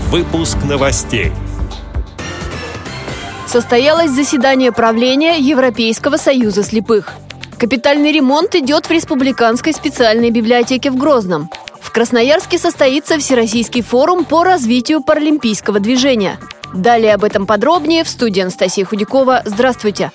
Выпуск новостей. Состоялось заседание правления Европейского союза слепых. Капитальный ремонт идет в Республиканской специальной библиотеке в Грозном. В Красноярске состоится Всероссийский форум по развитию паралимпийского движения. Далее об этом подробнее в студии Анастасия Худякова. Здравствуйте!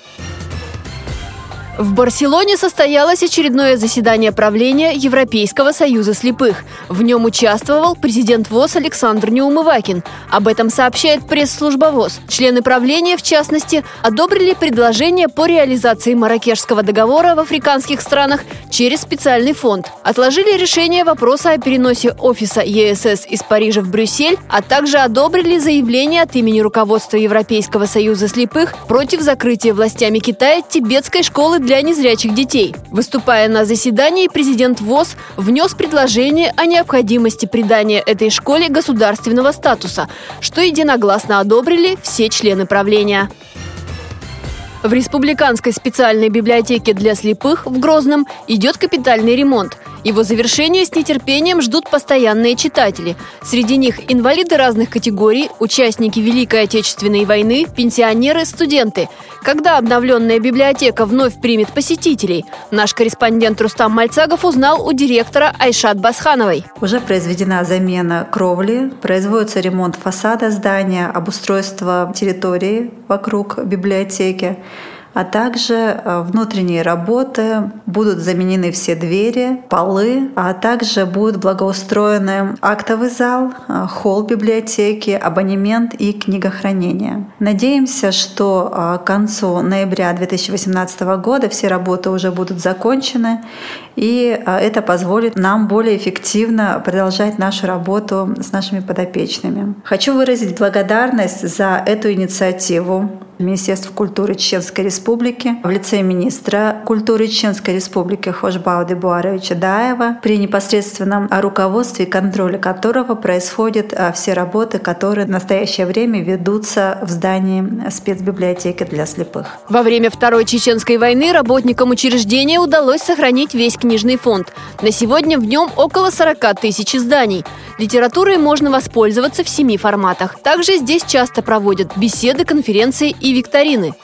В Барселоне состоялось очередное заседание правления Европейского союза слепых. В нем участвовал президент ВОС Александр Неумывакин. Об этом сообщает пресс-служба ВОС. Члены правления, в частности, одобрили предложение по реализации Марракешского договора в африканских странах через специальный фонд. Отложили решение вопроса о переносе офиса ЕСС из Парижа в Брюссель, а также одобрили заявление от имени руководства Европейского союза слепых против закрытия властями Китая тибетской школы для незрячих детей. Выступая на заседании, президент ВОС внес предложение о необходимости придания этой школе государственного статуса, что единогласно одобрили все члены правления. В Республиканской специальной библиотеке для слепых в Грозном идет капитальный ремонт. Его завершение с нетерпением ждут постоянные читатели. Среди них инвалиды разных категорий, участники Великой Отечественной войны, пенсионеры, студенты. Когда обновленная библиотека вновь примет посетителей? Наш корреспондент Рустам Мальцагов узнал у директора Айшат Басхановой. Уже произведена замена кровли, производится ремонт фасада здания, обустройство территории вокруг библиотеки. А также внутренние работы, будут заменены все двери, полы, а также будет благоустроен актовый зал, холл библиотеки, абонемент и книгохранение. Надеемся, что к концу ноября 2018 года все работы уже будут закончены, и это позволит нам более эффективно продолжать нашу работу с нашими подопечными. Хочу выразить благодарность за эту инициативу Министерству культуры Чеченской Республики в лице министра культуры Чеченской Республики Хошбауды Буаровича Даева, при непосредственном руководстве и контроле которого происходят все работы, которые в настоящее время ведутся в здании спецбиблиотеки для слепых. Во время Второй Чеченской войны работникам учреждения удалось сохранить весь книжный фонд. На сегодня в нем около 40 тысяч изданий. Литературой можно воспользоваться в 7 форматах. Также здесь часто проводят беседы, конференции и викторины.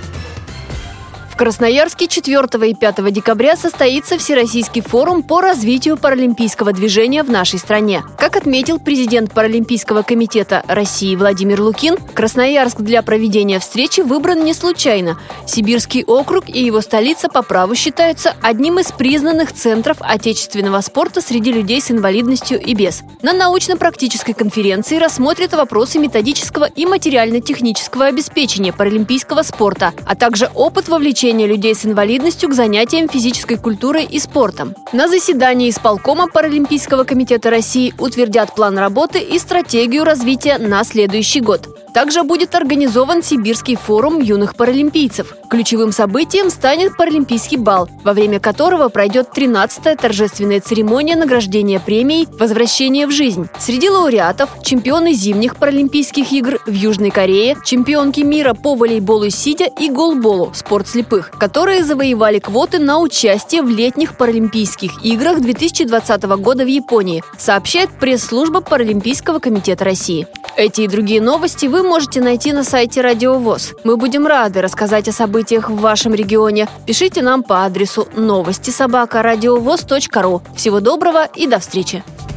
В Красноярске 4 и 5 декабря состоится Всероссийский форум по развитию паралимпийского движения в нашей стране. Как отметил президент Паралимпийского комитета России Владимир Лукин, Красноярск для проведения встречи выбран не случайно. Сибирский округ и его столица по праву считаются одним из признанных центров отечественного спорта среди людей с инвалидностью и без. На научно-практической конференции рассмотрят вопросы методического и материально-технического обеспечения паралимпийского спорта, а также опыт вовлечения людей с инвалидностью к занятиям физической культурой и спортом. На заседании исполкома Паралимпийского комитета России утвердят план работы и стратегию развития на следующий год. Также будет организован Сибирский форум юных паралимпийцев. Ключевым событием станет Паралимпийский бал, во время которого пройдет 13-я торжественная церемония награждения премией «Возвращение в жизнь». Среди лауреатов – чемпионы зимних Паралимпийских игр в Южной Корее, чемпионки мира по волейболу сидя и голболу «Спорт слепых», которые завоевали квоты на участие в летних Паралимпийских играх 2020 года в Японии, сообщает пресс-служба Паралимпийского комитета России. Эти и другие новости вы можете найти на сайте Радио ВОС. Мы будем рады рассказать о событиях в вашем регионе. Пишите нам по адресу новости@радиовос.ру. Всего доброго и до встречи!